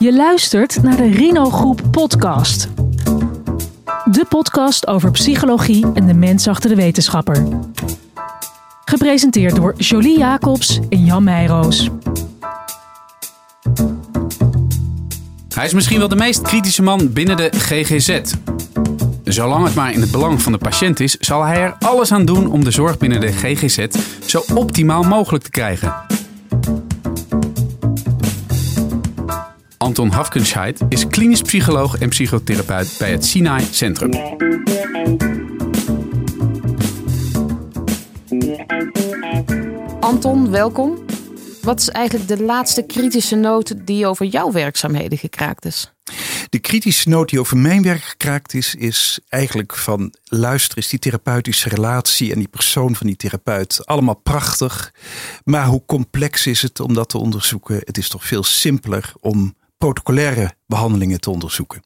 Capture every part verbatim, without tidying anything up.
Je luistert naar de Rino Groep podcast. De podcast over psychologie en de mens achter de wetenschapper. Gepresenteerd door Jolie Jacobs en Jan Meijroos. Hij is misschien wel de meest kritische man binnen de G G Z. Zolang het maar in het belang van de patiënt is, zal hij er alles aan doen om de zorg binnen de G G Z zo optimaal mogelijk te krijgen. Anton Hafkenscheidt is klinisch psycholoog en psychotherapeut bij het Sinai Centrum. Anton, welkom. Wat is eigenlijk de laatste kritische noot die over jouw werkzaamheden gekraakt is? De kritische noot die over mijn werk gekraakt is, is eigenlijk van luister eens, die therapeutische relatie en die persoon van die therapeut. Allemaal prachtig, maar hoe complex is het om dat te onderzoeken? Het is toch veel simpeler om protocolaire behandelingen te onderzoeken.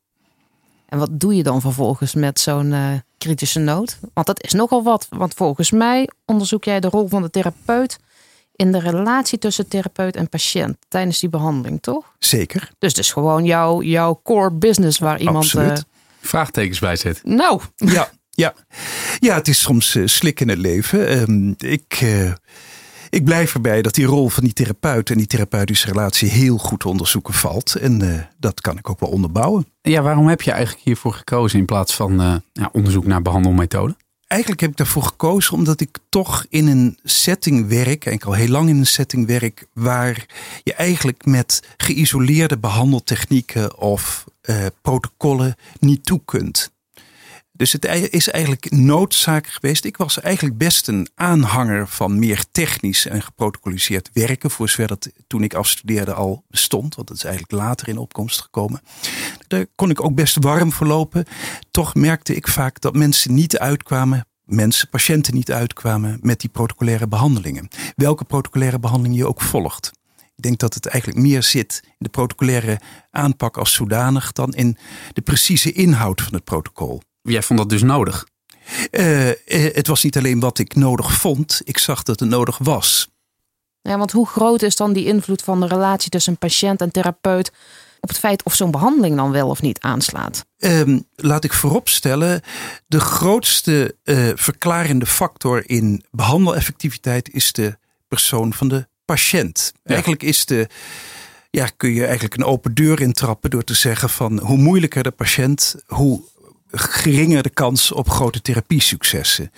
En wat doe je dan vervolgens met zo'n uh, kritische noot? Want dat is nogal wat, want volgens mij onderzoek jij de rol van de therapeut in de relatie tussen therapeut en patiënt tijdens die behandeling, toch? Zeker. Dus het is gewoon jouw, jouw core business waar iemand Absoluut. Uh... vraagtekens bij zet. Nou. Ja, ja. ja, het is soms uh, slik in het leven. Um, ik, uh, ik blijf erbij dat die rol van die therapeut en die therapeutische relatie heel goed te onderzoeken valt. En uh, dat kan ik ook wel onderbouwen. Ja, waarom heb je eigenlijk hiervoor gekozen in plaats van uh, ja, onderzoek naar behandelmethoden? Eigenlijk heb ik daarvoor gekozen omdat ik toch in een setting werk, en ik al heel lang in een setting werk, waar je eigenlijk met geïsoleerde behandeltechnieken of uh, protocollen niet toe kunt. Dus het is eigenlijk noodzaak geweest. Ik was eigenlijk best een aanhanger van meer technisch en geprotocoliseerd werken, voor zover dat toen ik afstudeerde al bestond, want dat is eigenlijk later in opkomst gekomen. Daar kon ik ook best warm voor lopen. Toch merkte ik vaak dat mensen niet uitkwamen, mensen, patiënten niet uitkwamen met die protocolaire behandelingen. Welke protocolaire behandeling je ook volgt. Ik denk dat het eigenlijk meer zit in de protocolaire aanpak als zodanig dan in de precieze inhoud van het protocol. Jij vond dat dus nodig? Uh, uh, het was niet alleen wat ik nodig vond, ik zag dat het nodig was. Ja, want hoe groot is dan die invloed van de relatie tussen patiënt en therapeut op het feit of zo'n behandeling dan wel of niet aanslaat? Um, laat ik vooropstellen, de grootste uh, verklarende factor in behandeleffectiviteit is de persoon van de patiënt. Ja. Eigenlijk is de, ja, kun je eigenlijk een open deur intrappen door te zeggen van hoe moeilijker de patiënt, hoe geringer de kans op grote therapiesuccessen.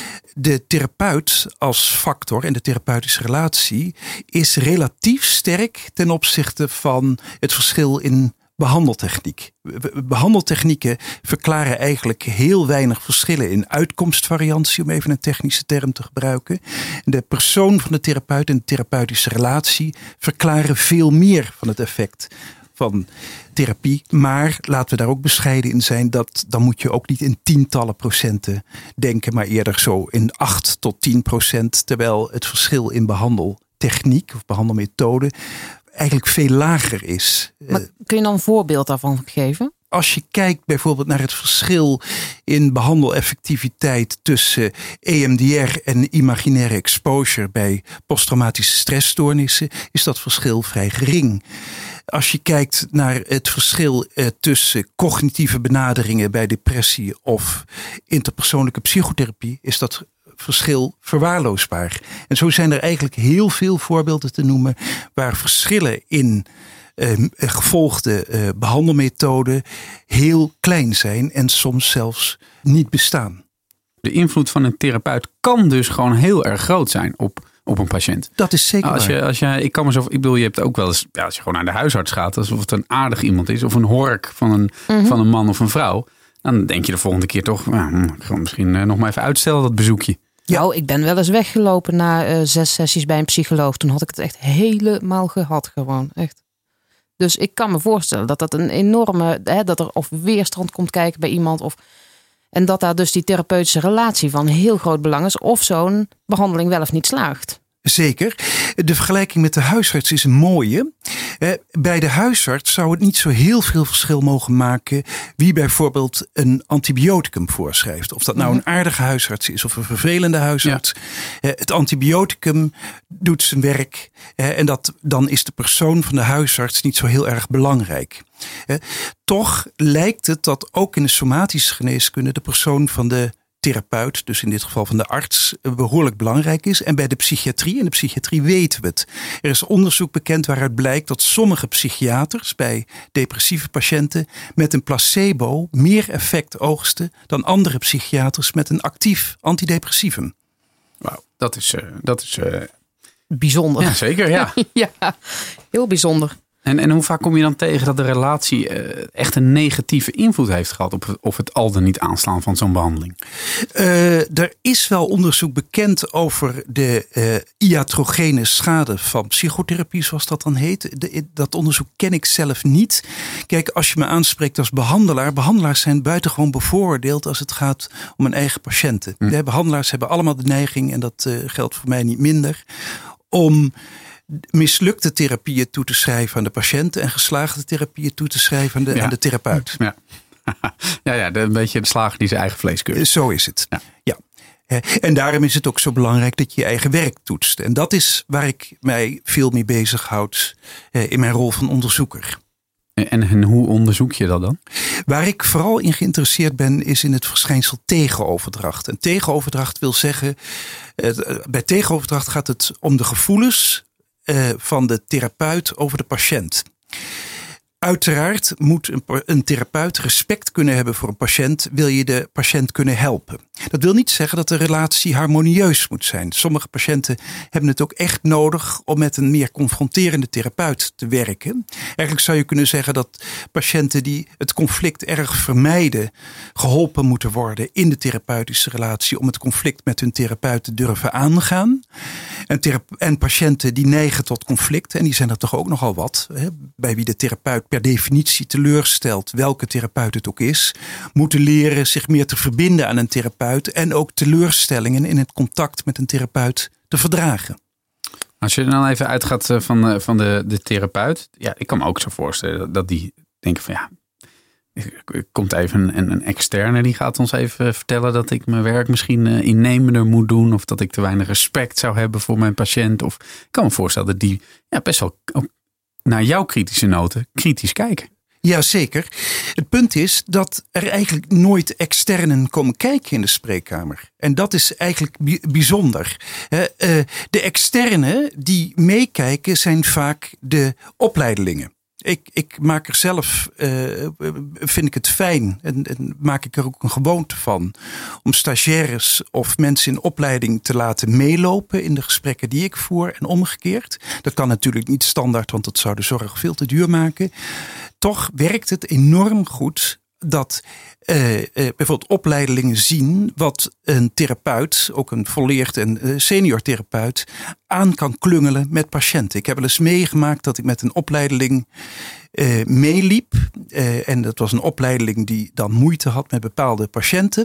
De therapeut als factor en de therapeutische relatie is relatief sterk ten opzichte van het verschil in behandeltechniek. Behandeltechnieken verklaren eigenlijk heel weinig verschillen in uitkomstvariantie, om even een technische term te gebruiken. De persoon van de therapeut en de therapeutische relatie verklaren veel meer van het effect van therapie. Maar laten we daar ook bescheiden in zijn, dat dan moet je ook niet in tientallen procenten denken, maar eerder zo in acht tot tien procent. Terwijl het verschil in behandeltechniek of behandelmethode eigenlijk veel lager is. Maar kun je dan een voorbeeld daarvan geven? Als je kijkt bijvoorbeeld naar het verschil in behandeleffectiviteit tussen E M D R en imaginaire exposure bij posttraumatische stressstoornissen, is dat verschil vrij gering. Als je kijkt naar het verschil eh, tussen cognitieve benaderingen bij depressie of interpersoonlijke psychotherapie, is dat verschil verwaarloosbaar. En zo zijn er eigenlijk heel veel voorbeelden te noemen waar verschillen in uh, gevolgde uh, behandelmethoden heel klein zijn en soms zelfs niet bestaan. De invloed van een therapeut kan dus gewoon heel erg groot zijn op, op een patiënt. Dat is zeker als je, waar. Als je, ik kan me zo, ik bedoel, je hebt ook wel eens, ja, als je gewoon naar de huisarts gaat, alsof het een aardig iemand is, of een hork van een, mm-hmm. van een man of een vrouw, dan denk je de volgende keer toch, nou, gewoon misschien uh, nog maar even uitstellen dat bezoekje. Ja. Nou, ik ben wel eens weggelopen na uh, zes sessies bij een psycholoog. Toen had ik het echt helemaal gehad gewoon, echt. Dus ik kan me voorstellen dat dat een enorme, hè, dat er of weerstand komt kijken bij iemand, of en dat daar dus die therapeutische relatie van heel groot belang is, of zo'n behandeling wel of niet slaagt. Zeker. De vergelijking met de huisarts is een mooie. Bij de huisarts zou het niet zo heel veel verschil mogen maken wie bijvoorbeeld een antibioticum voorschrijft. Of dat nou een aardige huisarts is of een vervelende huisarts. Ja. Het antibioticum doet zijn werk en dat, dan is de persoon van de huisarts niet zo heel erg belangrijk. Toch lijkt het dat ook in de somatische geneeskunde de persoon van de therapeut, dus in dit geval van de arts, behoorlijk belangrijk is. En bij de psychiatrie, in de psychiatrie weten we het. Er is onderzoek bekend waaruit blijkt dat sommige psychiaters bij depressieve patiënten met een placebo meer effect oogsten dan andere psychiaters met een actief antidepressivum. Wauw, dat is, uh, dat is uh... bijzonder. Ja, zeker, ja. Ja, heel bijzonder. En, en hoe vaak kom je dan tegen dat de relatie uh, echt een negatieve invloed heeft gehad op, op het al dan niet aanslaan van zo'n behandeling? Uh, er is wel onderzoek bekend over de uh, iatrogene schade van psychotherapie, zoals dat dan heet. De, dat onderzoek ken ik zelf niet. Kijk, als je me aanspreekt als behandelaar, behandelaars zijn buitengewoon bevooroordeeld als het gaat om hun eigen patiënten. Hm. De behandelaars hebben allemaal de neiging, en dat uh, geldt voor mij niet minder, om mislukte therapieën toe te schrijven aan de patiënt en geslaagde therapieën toe te schrijven aan de, ja. aan de therapeut. Ja, ja, ja de, een beetje de slager die zijn eigen vlees keurt. Zo is het. Ja. Ja. En daarom is het ook zo belangrijk dat je je eigen werk toetst. En dat is waar ik mij veel mee bezighoud in mijn rol van onderzoeker. En, en hoe onderzoek je dat dan? Waar ik vooral in geïnteresseerd ben is in het verschijnsel tegenoverdracht. En tegenoverdracht wil zeggen, bij tegenoverdracht gaat het om de gevoelens van de therapeut over de patiënt. Uiteraard moet een, een therapeut respect kunnen hebben voor een patiënt, wil je de patiënt kunnen helpen. Dat wil niet zeggen dat de relatie harmonieus moet zijn. Sommige patiënten hebben het ook echt nodig om met een meer confronterende therapeut te werken. Eigenlijk zou je kunnen zeggen dat patiënten die het conflict erg vermijden, geholpen moeten worden in de therapeutische relatie om het conflict met hun therapeut te durven aangaan. En, thera- en patiënten die neigen tot conflict, en die zijn er toch ook nogal wat, hè, bij wie de therapeut per definitie teleurstelt, welke therapeut het ook is, moeten leren zich meer te verbinden aan een therapeut en ook teleurstellingen in het contact met een therapeut te verdragen. Als je er dan even uitgaat van, van de, de therapeut, ja, ik kan me ook zo voorstellen dat die denken van ja, er komt even een, een externe die gaat ons even vertellen dat ik mijn werk misschien innemender moet doen of dat ik te weinig respect zou hebben voor mijn patiënt. Of ik kan me voorstellen dat die ja, best wel naar jouw kritische noten kritisch kijken. Jazeker. Het punt is dat er eigenlijk nooit externen komen kijken in de spreekkamer. En dat is eigenlijk bijzonder. De externen die meekijken zijn vaak de opleidelingen. Ik, ik maak er zelf, uh, vind ik het fijn en, en maak ik er ook een gewoonte van om stagiaires of mensen in opleiding te laten meelopen in de gesprekken die ik voer en omgekeerd. Dat kan natuurlijk niet standaard, want dat zou de zorg veel te duur maken. Toch werkt het enorm goed dat uh, uh, bijvoorbeeld opleidelingen zien wat een therapeut, ook een volleerd en uh, senior therapeut, aan kan klungelen met patiënten. Ik heb wel eens meegemaakt dat ik met een opleideling uh, meeliep. Uh, en dat was een opleideling die dan moeite had met bepaalde patiënten.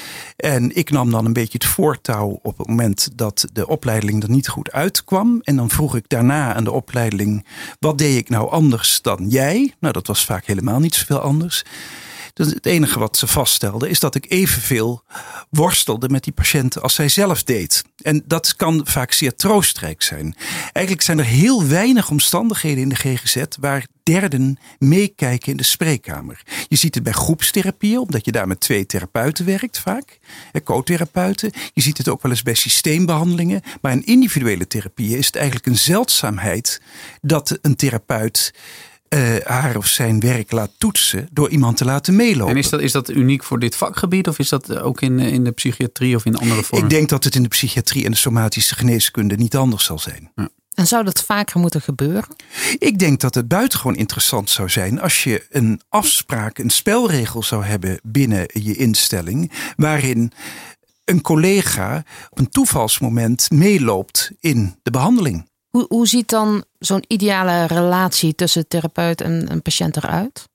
En ik nam dan een beetje het voortouw op het moment dat de opleideling er niet goed uitkwam. En dan vroeg ik daarna aan de opleideling, wat deed ik nou anders dan jij? Nou, dat was vaak helemaal niet zoveel anders. Dus het enige wat ze vaststelden is dat ik evenveel worstelde met die patiënten als zij zelf deed. En dat kan vaak zeer troostrijk zijn. Eigenlijk zijn er heel weinig omstandigheden in de G G Z waar derden meekijken in de spreekkamer. Je ziet het bij groepstherapieën, omdat je daar met twee therapeuten werkt vaak. Co-therapeuten. Je ziet het ook wel eens bij systeembehandelingen. Maar in individuele therapieën is het eigenlijk een zeldzaamheid dat een therapeut Uh, haar of zijn werk laat toetsen door iemand te laten meelopen. En is dat, is dat uniek voor dit vakgebied of is dat ook in, in de psychiatrie of in andere vormen? Ik denk dat het in de psychiatrie en de somatische geneeskunde niet anders zal zijn. Ja. En zou dat vaker moeten gebeuren? Ik denk dat het buitengewoon interessant zou zijn als je een afspraak, een spelregel zou hebben binnen je instelling, waarin een collega op een toevalsmoment meeloopt in de behandeling. Hoe, hoe ziet dan zo'n ideale relatie tussen therapeut en, en patiënt eruit?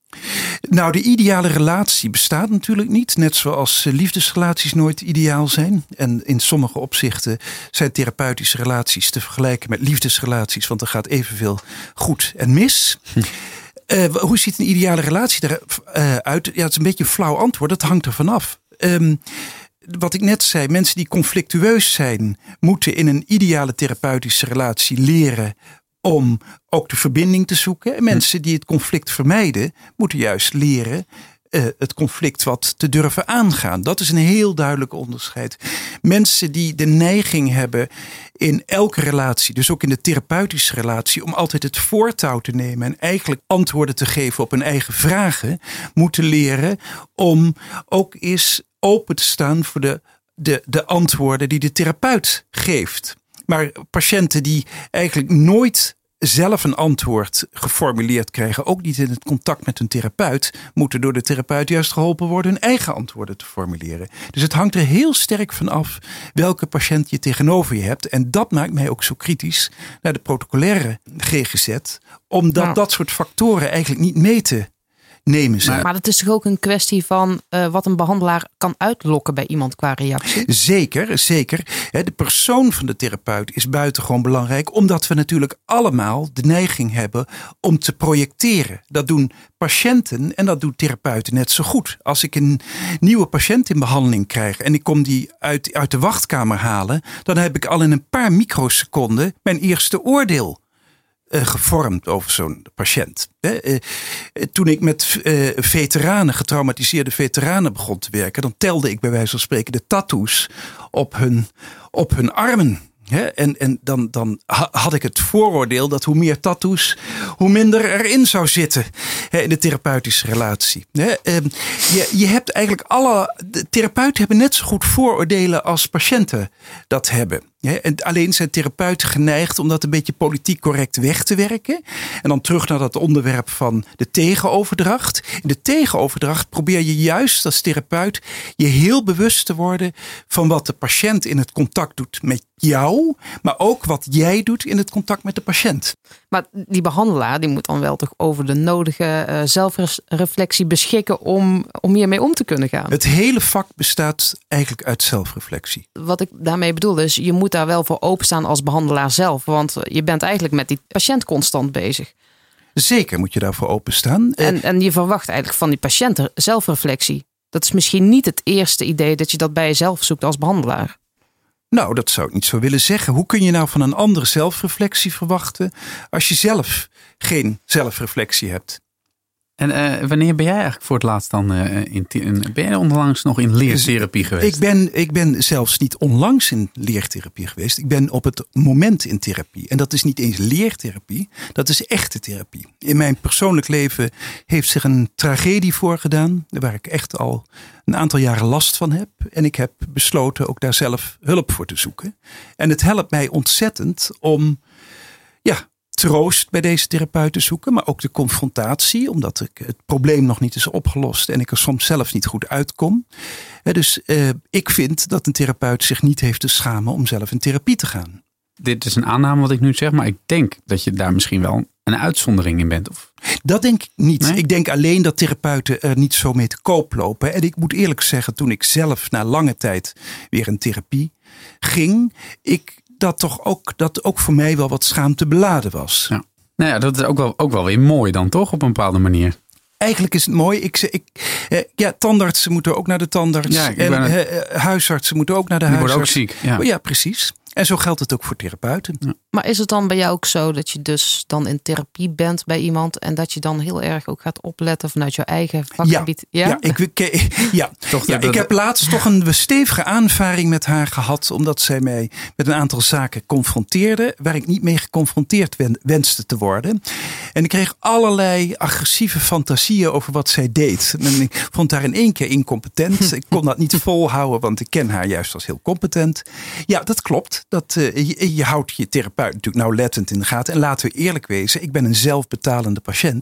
Nou, de ideale relatie bestaat natuurlijk niet. Net zoals liefdesrelaties nooit ideaal zijn. En in sommige opzichten zijn therapeutische relaties te vergelijken met liefdesrelaties. Want er gaat evenveel goed en mis. Hm. Uh, hoe ziet een ideale relatie eruit? Uh, ja, het is een beetje een flauw antwoord. Dat hangt er vanaf. Um, wat ik net zei, mensen die conflictueus zijn, moeten in een ideale therapeutische relatie leren om ook de verbinding te zoeken. En mensen die het conflict vermijden, moeten juist leren uh, het conflict wat te durven aangaan. Dat is een heel duidelijk onderscheid. Mensen die de neiging hebben in elke relatie, dus ook in de therapeutische relatie, om altijd het voortouw te nemen en eigenlijk antwoorden te geven op hun eigen vragen, moeten leren om ook eens open te staan voor de, de, de antwoorden die de therapeut geeft. Maar patiënten die eigenlijk nooit zelf een antwoord geformuleerd krijgen, ook niet in het contact met hun therapeut, moeten door de therapeut juist geholpen worden hun eigen antwoorden te formuleren. Dus het hangt er heel sterk van af welke patiënt je tegenover je hebt. En dat maakt mij ook zo kritisch naar de protocolaire G G Z, omdat nou. dat soort factoren eigenlijk niet mee te nemen zijn. Maar het is toch ook een kwestie van uh, wat een behandelaar kan uitlokken bij iemand qua reactie? Zeker, zeker. De persoon van de therapeut is buitengewoon belangrijk, omdat we natuurlijk allemaal de neiging hebben om te projecteren. Dat doen patiënten en dat doen therapeuten net zo goed. Als ik een nieuwe patiënt in behandeling krijg en ik kom die uit, uit de wachtkamer halen, dan heb ik al in een paar microseconden mijn eerste oordeel Uh, gevormd over zo'n patiënt. Uh, uh, toen ik met uh, veteranen, getraumatiseerde veteranen begon te werken, dan telde ik bij wijze van spreken de tattoos op hun, op hun armen. He, en en dan, dan had ik het vooroordeel dat hoe meer tattoos, hoe minder erin zou zitten he, in de therapeutische relatie. He, um, je, je hebt eigenlijk alle. De therapeuten hebben net zo goed vooroordelen als patiënten dat hebben. He, en alleen zijn therapeuten geneigd om dat een beetje politiek correct weg te werken. En dan terug naar dat onderwerp van de tegenoverdracht. In de tegenoverdracht probeer je juist als therapeut je heel bewust te worden van wat de patiënt in het contact doet met jou, maar ook wat jij doet in het contact met de patiënt. Maar die behandelaar die moet dan wel toch over de nodige uh, zelfreflectie beschikken om, om hiermee om te kunnen gaan. Het hele vak bestaat eigenlijk uit zelfreflectie. Wat ik daarmee bedoel is, je moet daar wel voor openstaan als behandelaar zelf, want je bent eigenlijk met die patiënt constant bezig. Zeker moet je daarvoor openstaan. En, en je verwacht eigenlijk van die patiënt zelfreflectie. Dat is misschien niet het eerste idee dat je dat bij jezelf zoekt als behandelaar. Nou, dat zou ik niet zo willen zeggen. Hoe kun je nou van een andere zelfreflectie verwachten als je zelf geen zelfreflectie hebt? En uh, wanneer ben jij eigenlijk voor het laatst dan uh, in, in ben jij onlangs nog in leertherapie geweest? Ik ben, ik ben zelfs niet onlangs in leertherapie geweest. Ik ben op het moment in therapie. En dat is niet eens leertherapie, dat is echte therapie. In mijn persoonlijk leven heeft zich een tragedie voorgedaan, waar ik echt al een aantal jaren last van heb. En ik heb besloten ook daar zelf hulp voor te zoeken. En het helpt mij ontzettend om, ja, troost bij deze therapeut te zoeken, maar ook de confrontatie, omdat ik het probleem nog niet is opgelost en ik er soms zelf niet goed uitkom. Dus uh, ik vind dat een therapeut zich niet heeft te schamen om zelf in therapie te gaan. Dit is een aanname wat ik nu zeg, maar ik denk dat je daar misschien wel een uitzondering in bent. Of? Dat denk ik niet. Nee? Ik denk alleen dat therapeuten er niet zo mee te koop lopen. En ik moet eerlijk zeggen, toen ik zelf na lange tijd weer in therapie ging, ik dat toch ook, dat ook voor mij wel wat schaamte beladen was. Ja. Nou ja, dat is ook wel, ook wel weer mooi dan toch, op een bepaalde manier. Eigenlijk is het mooi. Ik, ik, eh, ja, tandartsen moeten ook naar de tandarts. Ja, en het... eh, huisartsen moeten ook naar de Die huisarts. Die worden ook ziek. Ja. Oh, ja, precies. En zo geldt het ook voor therapeuten. Ja. Maar is het dan bij jou ook zo dat je dus dan in therapie bent bij iemand en dat je dan heel erg ook gaat opletten vanuit je eigen vakgebied? Ja, ja? ja, ik, ja. toch, ja ik heb laatst toch een stevige aanvaring met haar gehad, omdat zij mij met een aantal zaken confronteerde waar ik niet mee geconfronteerd wenste te worden. En ik kreeg allerlei agressieve fantasieën over wat zij deed. En ik vond haar in één keer incompetent. Ik kon dat niet volhouden, want ik ken haar juist als heel competent. Ja, dat klopt. Dat, uh, je, je houdt je therapeut natuurlijk nauwlettend in de gaten. En laten we eerlijk wezen, ik ben een zelfbetalende patiënt.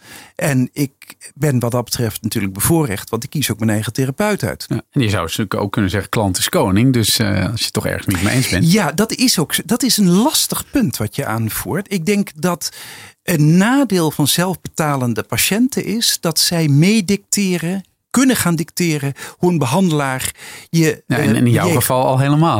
En ik ben wat dat betreft natuurlijk bevoorrecht, want ik kies ook mijn eigen therapeut uit. Ja, en je zou natuurlijk ook kunnen zeggen, klant is koning. Dus uh, als je het toch ergens niet mee eens bent. Ja, dat is ook dat is een lastig punt wat je aanvoert. Ik denk dat een nadeel van zelfbetalende patiënten is dat zij meedicteren, kunnen gaan dicteren hoe een behandelaar je... Ja, en in jouw je, geval al helemaal.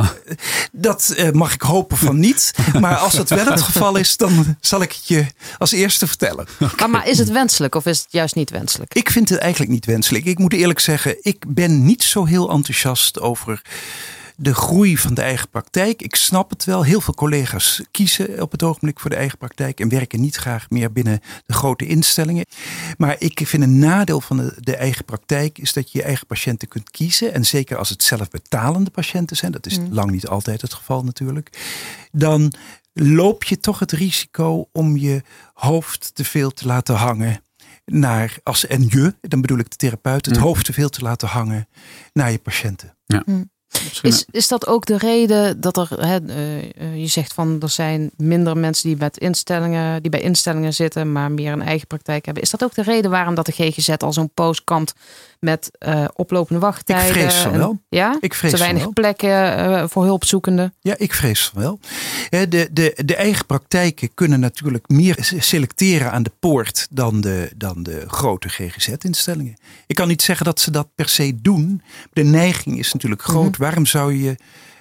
Dat uh, mag ik hopen van niet. Maar als dat wel het geval is, dan zal ik het je als eerste vertellen. Okay. Maar, maar is het wenselijk of is het juist niet wenselijk? Ik vind het eigenlijk niet wenselijk. Ik moet eerlijk zeggen, ik ben niet zo heel enthousiast over de groei van de eigen praktijk. Ik snap het wel. Heel veel collega's kiezen op het ogenblik voor de eigen praktijk en werken niet graag meer binnen de grote instellingen. Maar ik vind een nadeel van de, de eigen praktijk is dat je je eigen patiënten kunt kiezen. En zeker als het zelfbetalende patiënten zijn, dat is mm. lang niet altijd het geval natuurlijk. Dan loop je toch het risico om je hoofd te veel te laten hangen naar, als en je, dan bedoel ik de therapeut, het mm. hoofd te veel te laten hangen naar je patiënten. Ja. Mm. Is, is dat ook de reden dat er, hè, uh, je zegt van er zijn minder mensen die, met instellingen, die bij instellingen zitten, maar meer een eigen praktijk hebben. Is dat ook de reden waarom dat de G G Z al zo'n post kampt met uh, oplopende wachttijden? Ik vrees van wel. En, ja? Ik vrees Te weinig van plekken uh, voor hulpzoekenden? Ja, ik vrees van wel. De, de, de eigen praktijken kunnen natuurlijk meer selecteren aan de poort dan de, dan de grote G G Z-instellingen. Ik kan niet zeggen dat ze dat per se doen. De neiging is natuurlijk groot. Mm-hmm. Waarom zou je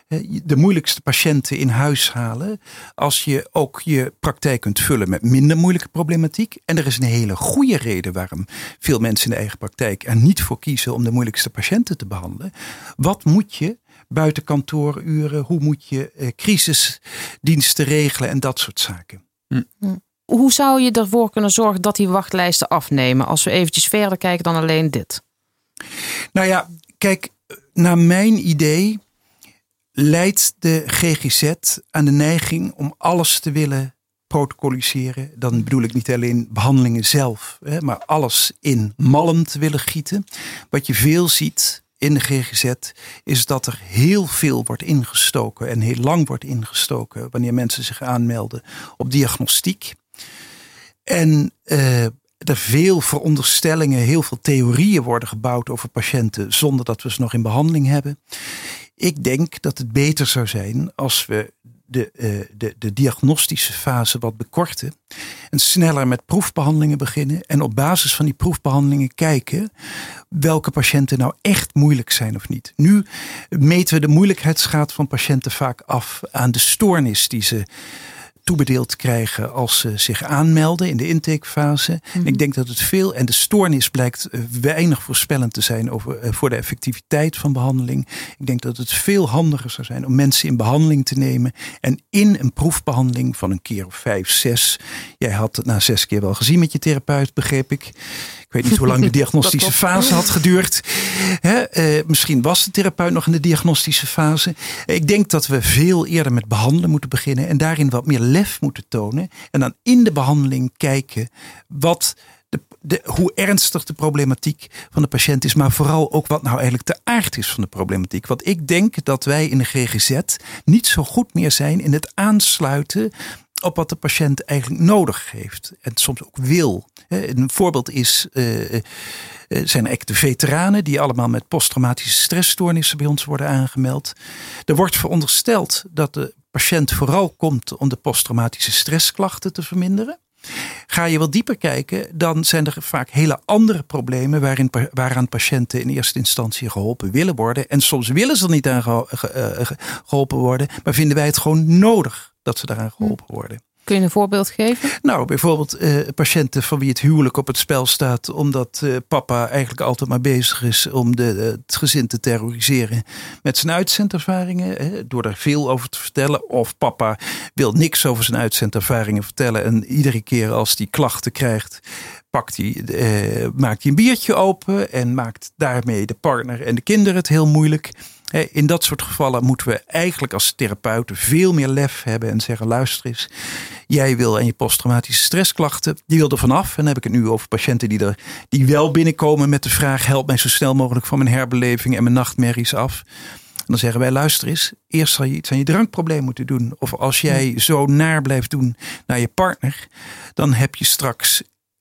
de moeilijkste patiënten in huis halen als je ook je praktijk kunt vullen met minder moeilijke problematiek? En er is een hele goede reden waarom veel mensen in de eigen praktijk er niet voor kiezen om de moeilijkste patiënten te behandelen. Wat moet je buiten kantooruren? Hoe moet je eh, crisisdiensten regelen en dat soort zaken? Hm. Hoe zou je ervoor kunnen zorgen dat die wachtlijsten afnemen als we eventjes verder kijken dan alleen dit? Nou ja, kijk, naar mijn idee leidt de G G Z aan de neiging om alles te willen protocoliseren. Dan bedoel ik niet alleen behandelingen zelf, hè, maar alles in mallen te willen gieten. Wat je veel ziet in de G G Z is dat er heel veel wordt ingestoken en heel lang wordt ingestoken wanneer mensen zich aanmelden op diagnostiek. En uh, er veel veronderstellingen, heel veel theorieën worden gebouwd over patiënten zonder dat we ze nog in behandeling hebben. Ik denk dat het beter zou zijn als we de, uh, de, de diagnostische fase wat bekorten en sneller met proefbehandelingen beginnen en op basis van die proefbehandelingen kijken welke patiënten nou echt moeilijk zijn of niet. Nu meten we de moeilijkheidsgraad van patiënten vaak af aan de stoornis die ze toebedeeld krijgen als ze zich aanmelden in de intakefase. Mm-hmm. En ik denk dat het veel, en de stoornis blijkt weinig voorspellend te zijn over, uh, voor de effectiviteit van behandeling. Ik denk dat het veel handiger zou zijn om mensen in behandeling te nemen en in een proefbehandeling van een keer of vijf, zes. Jij had het na zes keer wel gezien met je therapeut, begreep ik. Ik weet niet hoe lang de diagnostische fase had geduurd. He, uh, misschien was de therapeut nog in de diagnostische fase. Ik denk dat we veel eerder met behandelen moeten beginnen en daarin wat meer lef moeten tonen. En dan in de behandeling kijken wat de, de, hoe ernstig de problematiek van de patiënt is. Maar vooral ook wat nou eigenlijk de aard is van de problematiek. Want ik denk dat wij in de G G Z niet zo goed meer zijn in het aansluiten op wat de patiënt eigenlijk nodig heeft. En soms ook wil. Een voorbeeld is, uh, uh, zijn eigenlijk de veteranen die allemaal met posttraumatische stressstoornissen bij ons worden aangemeld. Er wordt verondersteld dat de patiënt vooral komt om de posttraumatische stressklachten te verminderen. Ga je wat dieper kijken, dan zijn er vaak hele andere problemen waarin, waaraan patiënten in eerste instantie geholpen willen worden. En soms willen ze er niet aan geholpen worden, maar vinden wij het gewoon nodig dat ze daaraan geholpen worden. Kun je een voorbeeld geven? Nou, bijvoorbeeld uh, patiënten van wie het huwelijk op het spel staat omdat uh, papa eigenlijk altijd maar bezig is om de, uh, het gezin te terroriseren met zijn uitzendervaringen. Uh, door daar veel over te vertellen. Of papa wil niks over zijn uitzendervaringen vertellen. En iedere keer als hij klachten krijgt, pakt hij, uh, maakt hij een biertje open en maakt daarmee de partner en de kinderen het heel moeilijk. In dat soort gevallen moeten we eigenlijk als therapeuten veel meer lef hebben en zeggen, luister eens, jij wil aan je posttraumatische stressklachten, die wil er vanaf. En dan heb ik het nu over patiënten die, er, die wel binnenkomen met de vraag, help mij zo snel mogelijk van mijn herbeleving en mijn nachtmerries af. En dan zeggen wij, luister eens, eerst zal je iets aan je drankprobleem moeten doen. Of als jij zo naar blijft doen naar je partner, dan heb je straks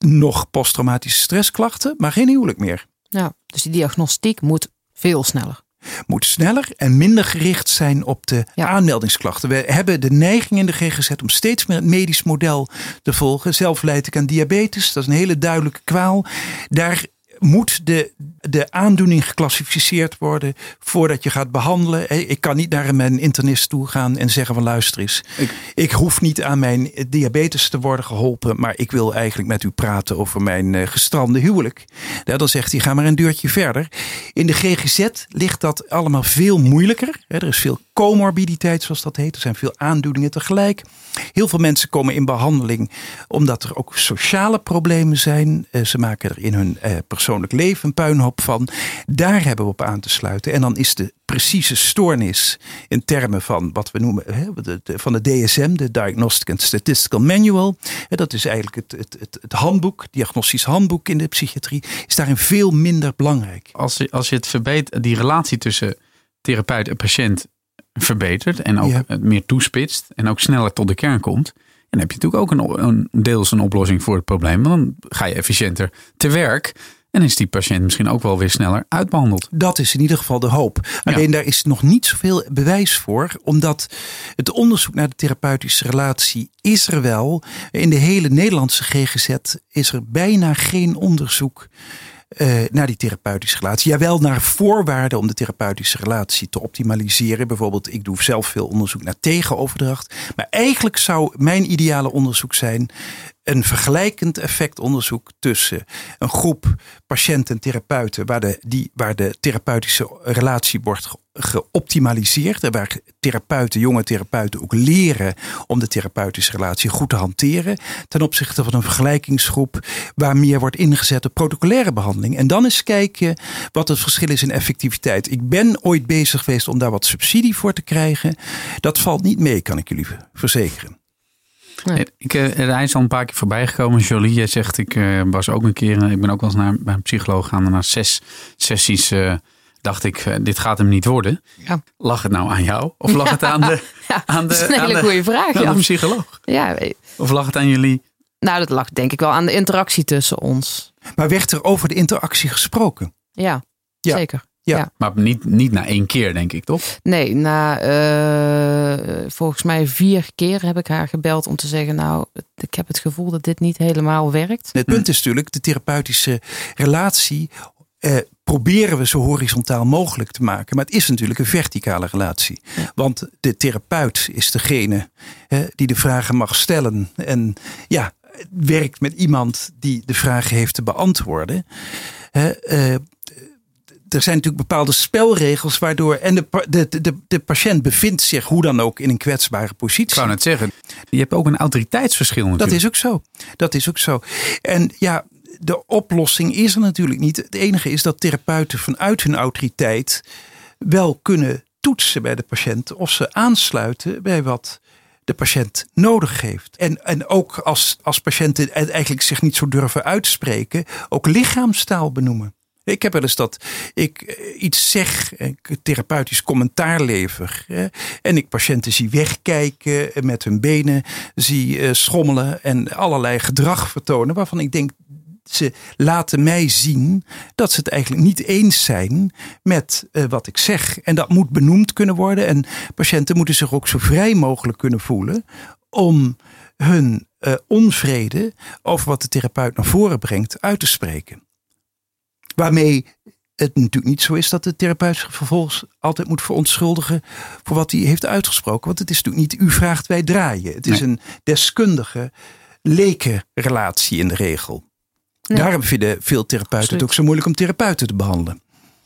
nog posttraumatische stressklachten, maar geen huwelijk meer. Ja, dus die diagnostiek moet veel sneller. Moet sneller en minder gericht zijn op de ja. aanmeldingsklachten. We hebben de neiging in de G G Z om steeds meer het medisch model te volgen. Zelf leid ik aan diabetes. Dat is een hele duidelijke kwaal. Daar moet de, de aandoening geclassificeerd worden voordat je gaat behandelen. Ik kan niet naar mijn internist toe gaan en zeggen van luister eens. Ik, ik hoef niet aan mijn diabetes te worden geholpen, maar ik wil eigenlijk met u praten over mijn gestrande huwelijk. Ja, dan zegt hij ga maar een deurtje verder. In de G G Z ligt dat allemaal veel moeilijker. Er is veel comorbiditeit zoals dat heet. Er zijn veel aandoeningen tegelijk. Heel veel mensen komen in behandeling omdat er ook sociale problemen zijn. Ze maken er in hun persoonlijk leven een puinhoop van. Daar hebben we op aan te sluiten. En dan is de precieze stoornis in termen van wat we noemen van de D S M, de Diagnostic and Statistical Manual. Dat is eigenlijk het, het, het, het handboek, diagnostisch handboek in de psychiatrie, is daarin veel minder belangrijk. Als je, als je het verbetert, die relatie tussen therapeut en patiënt verbetert en ook ja. meer toespitst en ook sneller tot de kern komt, dan heb je natuurlijk ook een, een deels een oplossing voor het probleem. Want dan ga je efficiënter te werk en is die patiënt misschien ook wel weer sneller uitbehandeld. Dat is in ieder geval de hoop. Alleen ja. daar is nog niet zoveel bewijs voor, omdat het onderzoek naar de therapeutische relatie is er wel. In de hele Nederlandse G G Z is er bijna geen onderzoek Uh, naar die therapeutische relatie. Jawel, naar voorwaarden om de therapeutische relatie te optimaliseren. Bijvoorbeeld, ik doe zelf veel onderzoek naar tegenoverdracht. Maar eigenlijk zou mijn ideale onderzoek zijn een vergelijkend effectonderzoek tussen een groep patiënten en therapeuten waar de, die, waar de therapeutische relatie wordt geoptimaliseerd en waar therapeuten, jonge therapeuten ook leren om de therapeutische relatie goed te hanteren, ten opzichte van een vergelijkingsgroep waar meer wordt ingezet op protocolaire behandeling. En dan eens kijken wat het verschil is in effectiviteit. Ik ben ooit bezig geweest om daar wat subsidie voor te krijgen. Dat valt niet mee, kan ik jullie verzekeren. Nee. Ik, hij is al een paar keer voorbij gekomen. Jolie, jij zegt, ik uh, was ook een keer, ik ben ook wel eens naar, bij een psycholoog gaan. En na zes sessies uh, dacht ik, uh, dit gaat hem niet worden. Ja. Lag het nou aan jou? Of lag ja. het aan de, ja, aan de, dat is een hele goede vraag, aan ja. de psycholoog? Ja. Of lag het aan jullie? Nou, dat lag denk ik wel aan de interactie tussen ons. Maar werd er over de interactie gesproken? Ja, ja. zeker. Ja. ja. Maar niet, niet na één keer, denk ik, toch? Nee, na uh, volgens mij vier keer heb ik haar gebeld om te zeggen, nou, ik heb het gevoel dat dit niet helemaal werkt. Het punt is natuurlijk, de therapeutische relatie uh, proberen we zo horizontaal mogelijk te maken. Maar het is natuurlijk een verticale relatie. Ja. Want de therapeut is degene uh, die de vragen mag stellen. En ja, werkt met iemand die de vragen heeft te beantwoorden. Uh, uh, Er zijn natuurlijk bepaalde spelregels waardoor. En de, de, de, de patiënt bevindt zich hoe dan ook in een kwetsbare positie. Ik wou net zeggen, je hebt ook een autoriteitsverschil natuurlijk. Dat is ook zo. Dat is ook zo. En ja, de oplossing is er natuurlijk niet. Het enige is dat therapeuten vanuit hun autoriteit wel kunnen toetsen bij de patiënt of ze aansluiten bij wat de patiënt nodig heeft. En, en ook als, als patiënten eigenlijk zich niet zo durven uitspreken, ook lichaamstaal benoemen. Ik heb wel eens dat ik iets zeg, ik therapeutisch commentaar lever. Hè, en ik patiënten zie wegkijken, met hun benen zie schommelen en allerlei gedrag vertonen. Waarvan ik denk, ze laten mij zien dat ze het eigenlijk niet eens zijn met uh, wat ik zeg. En dat moet benoemd kunnen worden. En patiënten moeten zich ook zo vrij mogelijk kunnen voelen om hun uh, onvrede over wat de therapeut naar voren brengt uit te spreken. Waarmee het natuurlijk niet zo is dat de therapeut zich vervolgens altijd moet verontschuldigen voor wat hij heeft uitgesproken. Want het is natuurlijk niet u vraagt, wij draaien. Het is nee. een deskundige lekenrelatie in de regel. Nee. Daarom vinden veel therapeuten Absoluut. het ook zo moeilijk om therapeuten te behandelen.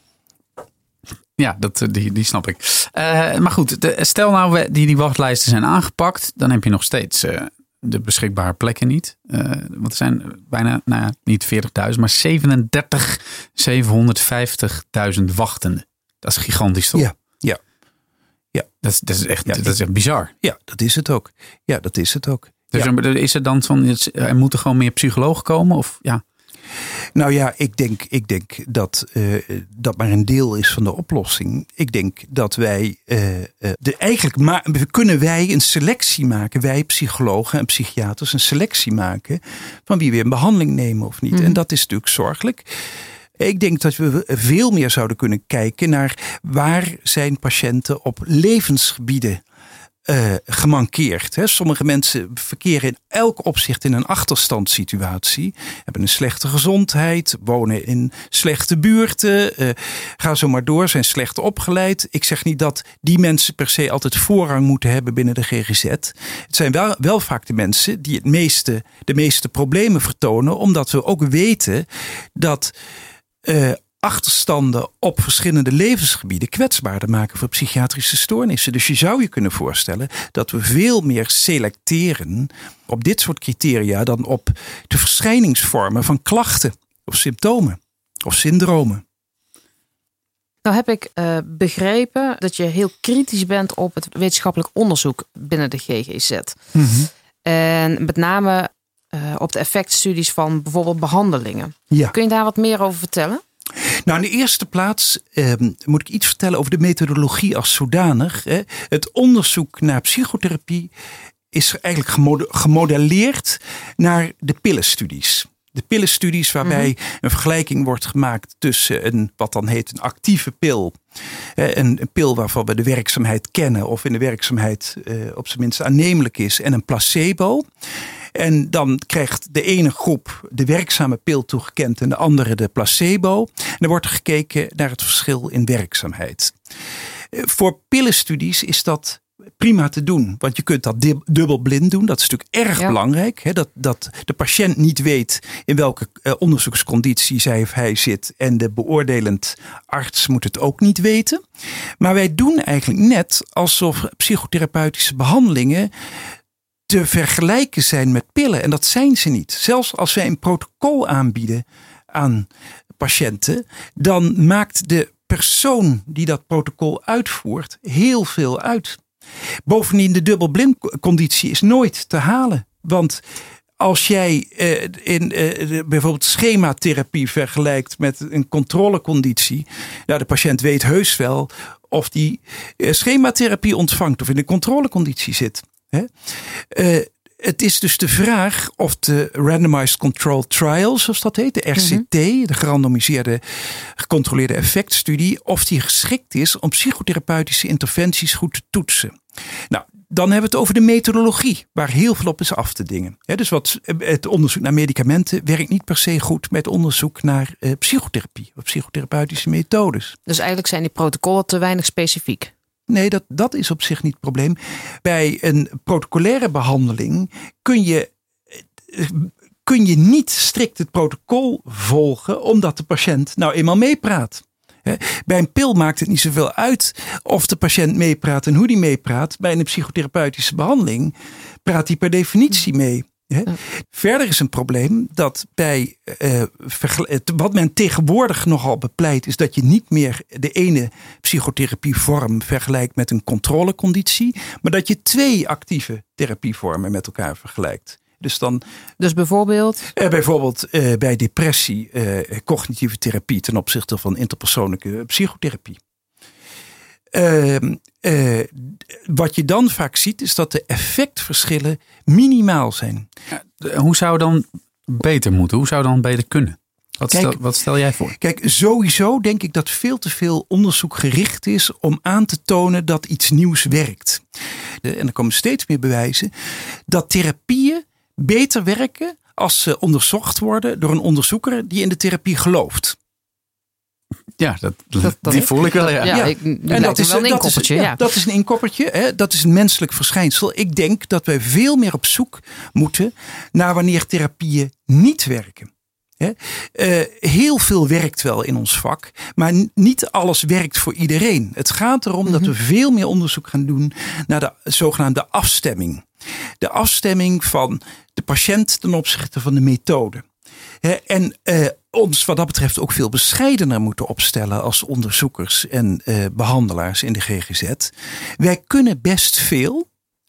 Ja, dat, die, die snap ik. Uh, maar goed, de, stel nou die, die wachtlijsten zijn aangepakt, dan heb je nog steeds uh, de beschikbare plekken niet. Uh, want er zijn bijna, nou ja, niet veertigduizend, maar zevenendertig, zevenhonderdvijftigduizend wachtenden. Dat is gigantisch, toch? Ja, ja. ja. Dat, is, dat, is echt, ja, dat is echt bizar. Ja, dat is het ook. Ja, dat is het ook. Dus ja. er, is er dan van, er moeten gewoon meer psychologen komen? Of ja? Nou ja, ik denk, ik denk dat uh, dat maar een deel is van de oplossing. Ik denk dat wij uh, uh, de eigenlijk ma- kunnen wij een selectie maken, wij psychologen en psychiaters een selectie maken van wie we in behandeling nemen of niet. Mm. En dat is natuurlijk zorgelijk. Ik denk dat we veel meer zouden kunnen kijken naar waar zijn patiënten op levensgebieden Uh, gemankeerd. Hè. Sommige mensen verkeren in elk opzicht in een achterstandssituatie. Hebben een slechte gezondheid, wonen in slechte buurten. Uh, ga zo maar door, zijn slecht opgeleid. Ik zeg niet dat die mensen per se altijd voorrang moeten hebben binnen de G G Z. Het zijn wel, wel vaak de mensen die het meeste, de meeste problemen vertonen. Omdat we ook weten dat Uh, achterstanden op verschillende levensgebieden kwetsbaarder maken voor psychiatrische stoornissen. Dus je zou je kunnen voorstellen dat we veel meer selecteren op dit soort criteria dan op de verschijningsvormen van klachten of symptomen of syndromen. Nou heb ik uh, begrepen dat je heel kritisch bent op het wetenschappelijk onderzoek binnen de G G Z. Mm-hmm. En met name uh, op de effectstudies van bijvoorbeeld behandelingen. Ja. Kun je daar wat meer over vertellen? Nou, in de eerste plaats eh, moet ik iets vertellen over de methodologie als zodanig. Hè. Het onderzoek naar psychotherapie is eigenlijk gemode- gemodelleerd naar de pillenstudies. De pillenstudies waarbij mm-hmm. een vergelijking wordt gemaakt tussen een, wat dan heet een actieve pil. Een, een pil waarvan we de werkzaamheid kennen of in de werkzaamheid eh, op zijn minst aannemelijk is en een placebo. En dan krijgt de ene groep de werkzame pil toegekend en de andere de placebo. En dan wordt er gekeken naar het verschil in werkzaamheid. Voor pillenstudies is dat prima te doen. Want je kunt dat dubbelblind doen. Dat is natuurlijk erg ja. belangrijk. Hè? Dat, dat de patiënt niet weet in welke uh, onderzoeksconditie zij of hij zit. En de beoordelend arts moet het ook niet weten. Maar wij doen eigenlijk net alsof psychotherapeutische behandelingen te vergelijken zijn met pillen. En dat zijn ze niet. Zelfs als wij een protocol aanbieden aan patiënten, dan maakt de persoon die dat protocol uitvoert heel veel uit. Bovendien, de dubbelblindconditie is nooit te halen. Want als jij uh, in uh, bijvoorbeeld schematherapie vergelijkt met een controleconditie, nou, de patiënt weet heus wel of die uh, schematherapie ontvangt of in een controleconditie zit. Hè? Uh, het is dus de vraag of de Randomized Controlled Trial, zoals dat heet, de R C T, mm-hmm. de gerandomiseerde gecontroleerde effectstudie, of die geschikt is om psychotherapeutische interventies goed te toetsen. Nou, dan hebben we het over de methodologie, waar heel veel op is af te dingen. He, dus wat, het onderzoek naar medicamenten werkt niet per se goed met onderzoek naar uh, psychotherapie of psychotherapeutische methodes. Dus eigenlijk zijn die protocollen te weinig specifiek? Nee, dat, dat is op zich niet het probleem. Bij een protocolaire behandeling kun je, kun je niet strikt het protocol volgen, omdat de patiënt nou eenmaal meepraat. Bij een pil maakt het niet zoveel uit of de patiënt meepraat en hoe die meepraat. Bij een psychotherapeutische behandeling praat hij per definitie mee. Ja. Verder is een probleem dat bij uh, vergel- wat men tegenwoordig nogal bepleit, is dat je niet meer de ene psychotherapievorm vergelijkt met een controleconditie, maar dat je twee actieve therapievormen met elkaar vergelijkt. Dus, dan, dus bijvoorbeeld? Uh, bijvoorbeeld uh, bij depressie uh, cognitieve therapie ten opzichte van interpersoonlijke psychotherapie. Uh, uh, wat je dan vaak ziet is dat de effectverschillen minimaal zijn. Ja, hoe zou dan beter moeten? Hoe zou dan beter kunnen? Wat, kijk, stel, wat stel jij voor? Kijk, sowieso denk ik dat veel te veel onderzoek gericht is om aan te tonen dat iets nieuws werkt. De, en er komen steeds meer bewijzen dat therapieën beter werken als ze onderzocht worden door een onderzoeker die in de therapie gelooft. Ja, dat, dat, dat die voel ik wel. Ja, ja, ja. Ik, en dat is wel een inkoppertje. Ja, ja. Dat is een inkoppertje. Hè. Dat is een menselijk verschijnsel. Ik denk dat wij veel meer op zoek moeten naar wanneer therapieën niet werken. He, uh, heel veel werkt wel in ons vak, maar n- niet alles werkt voor iedereen. Het gaat erom mm-hmm. dat we veel meer onderzoek gaan doen naar de zogenaamde afstemming. De afstemming van de patiënt ten opzichte van de methode. He, en uh, ons wat dat betreft ook veel bescheidener moeten opstellen als onderzoekers en uh, behandelaars in de G G Z. Wij kunnen best veel.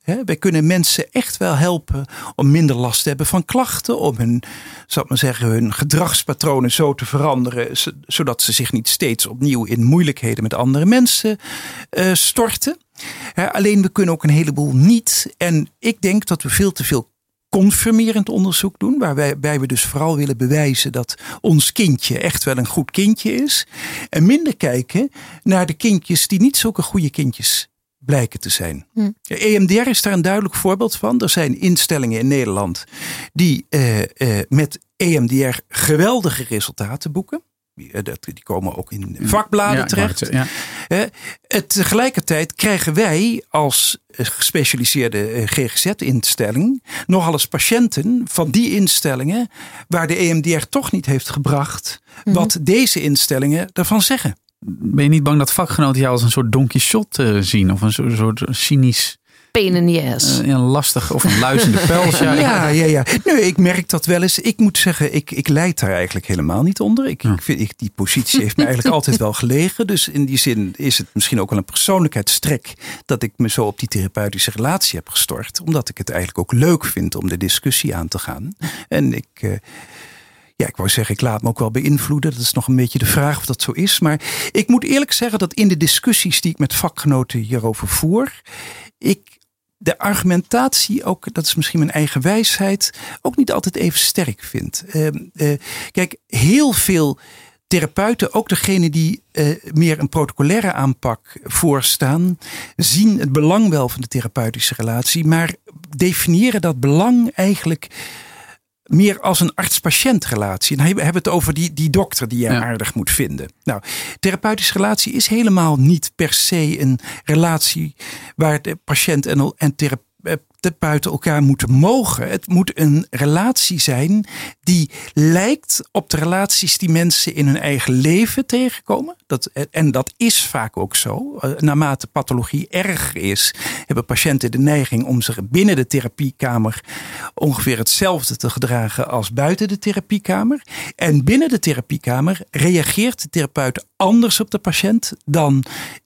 He, wij kunnen mensen echt wel helpen om minder last te hebben van klachten. Om hun, zal ik maar zeggen, hun gedragspatronen zo te veranderen. Zodat ze zich niet steeds opnieuw in moeilijkheden met andere mensen uh, storten. He, alleen we kunnen ook een heleboel niet. En ik denk dat we veel te veel confirmerend onderzoek doen. Waarbij we dus vooral willen bewijzen dat ons kindje echt wel een goed kindje is. En minder kijken naar de kindjes die niet zulke goede kindjes blijken te zijn. Hm. E M D R is daar een duidelijk voorbeeld van. Er zijn instellingen in Nederland die uh, uh, met E M D R geweldige resultaten boeken. Die, uh, die komen ook in vakbladen ja, terecht. Het, ja. uh, het, tegelijkertijd krijgen wij als gespecialiseerde uh, G G Z-instelling nogal eens patiënten van die instellingen waar de E M D R toch niet heeft gebracht hm. wat deze instellingen ervan zeggen. Ben je niet bang dat vakgenoten jou als een soort Don Quixote uh, zien? Of een soort, soort cynisch... Pain in the ass. Uh, een lastig of een luizende pels. Ja, ja, ja. ja. Nee, ik merk dat wel eens. Ik moet zeggen, ik, ik lijd daar eigenlijk helemaal niet onder. Ik, ja. ik vind, ik, die positie heeft me eigenlijk altijd wel gelegen. Dus in die zin is het misschien ook wel een persoonlijkheidstrek dat ik me zo op die therapeutische relatie heb gestort. Omdat ik het eigenlijk ook leuk vind om de discussie aan te gaan. En ik... Uh, Ja, ik wou zeggen, ik laat me ook wel beïnvloeden. Dat is nog een beetje de vraag of dat zo is. Maar ik moet eerlijk zeggen dat in de discussies die ik met vakgenoten hierover voer, ik de argumentatie ook, dat is misschien mijn eigen wijsheid, ook niet altijd even sterk vind. Uh, uh, kijk, heel veel therapeuten, ook degene die uh, meer een protocolaire aanpak voorstaan, zien het belang wel van de therapeutische relatie, maar definiëren dat belang eigenlijk meer als een arts-patiëntrelatie. En dan hebben we het over die, die dokter die je ja. aardig moet vinden. Nou, therapeutische relatie is helemaal niet per se een relatie waar de patiënt en, en therapeuten elkaar moeten mogen. Het moet een relatie zijn die lijkt op de relaties die mensen in hun eigen leven tegenkomen. Dat, en dat is vaak ook zo. Naarmate pathologie erger is, hebben patiënten de neiging om zich binnen de therapiekamer ongeveer hetzelfde te gedragen als buiten de therapiekamer. En binnen de therapiekamer reageert de therapeut anders op de patiënt dan,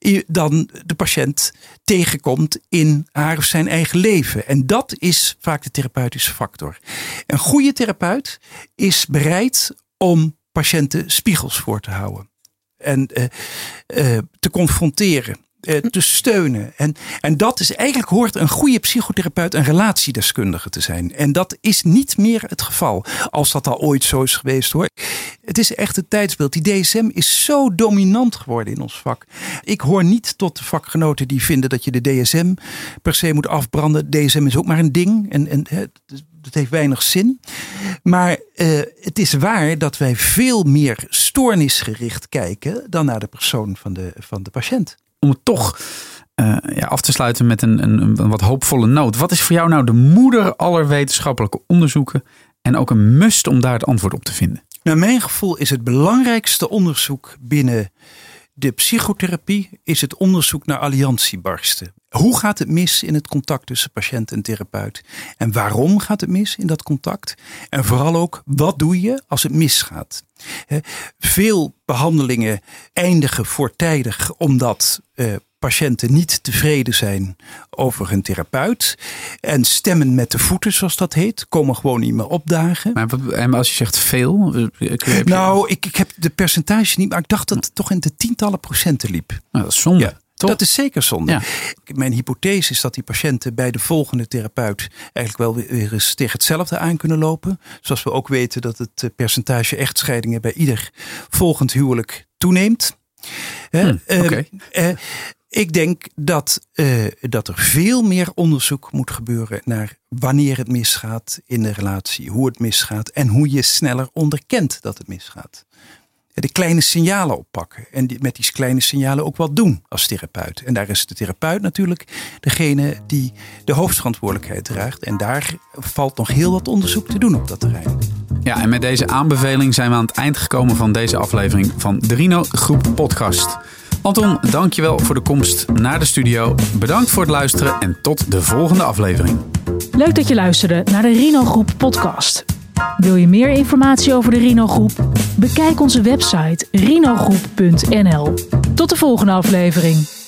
dan de patiënt tegenkomt in haar of zijn eigen leven. En dat is vaak de therapeutische factor. Een goede therapeut is bereid om patiënten spiegels voor te houden. En uh, uh, te confronteren. Uh, te steunen. En, en dat is eigenlijk hoort een goede psychotherapeut een relatiedeskundige te zijn. En dat is niet meer het geval. Als dat al ooit zo is geweest hoor. Het is echt het tijdsbeeld. Die D S M is zo dominant geworden in ons vak. Ik hoor niet tot de vakgenoten die vinden dat je de D S M per se moet afbranden. D S M is ook maar een ding. En, en dat heeft weinig zin. Maar uh, het is waar dat wij veel meer stoornisgericht kijken dan naar de persoon van de, van de patiënt. Om het toch uh, ja, af te sluiten met een, een, een wat hoopvolle noot. Wat is voor jou nou de moeder aller wetenschappelijke onderzoeken en ook een must om daar het antwoord op te vinden? Naar mijn gevoel is het belangrijkste onderzoek binnen de psychotherapie is het onderzoek naar alliantiebarsten. Hoe gaat het mis in het contact tussen patiënt en therapeut? En waarom gaat het mis in dat contact? En vooral ook, wat doe je als het misgaat? He, veel behandelingen eindigen voortijdig omdat uh, patiënten niet tevreden zijn over hun therapeut. En stemmen met de voeten, zoals dat heet. Komen gewoon niet meer opdagen. Maar, en als je zegt veel? Je... Nou, ik, ik heb de percentage niet, maar ik dacht dat het toch in de tientallen procenten liep. Nou, dat is zonde. Ja. Dat is zeker zonde. Ja. Mijn hypothese is dat die patiënten bij de volgende therapeut eigenlijk wel weer eens tegen hetzelfde aan kunnen lopen. Zoals we ook weten dat het percentage echtscheidingen bij ieder volgend huwelijk toeneemt. Hmm, okay. uh, uh, ik denk dat, uh, dat er veel meer onderzoek moet gebeuren naar wanneer het misgaat in de relatie, hoe het misgaat en hoe je sneller onderkent dat het misgaat. De kleine signalen oppakken. En die, met die kleine signalen ook wat doen als therapeut. En daar is de therapeut natuurlijk degene die de hoofdverantwoordelijkheid draagt. En daar valt nog heel wat onderzoek te doen op dat terrein. Ja, en met deze aanbeveling zijn we aan het eind gekomen van deze aflevering van de Rino Groep Podcast. Anton, dankjewel voor de komst naar de studio. Bedankt voor het luisteren en tot de volgende aflevering. Leuk dat je luisterde naar de Rino Groep Podcast. Wil je meer informatie over de Rino Groep? Bekijk onze website rinogroep punt n l. Tot de volgende aflevering.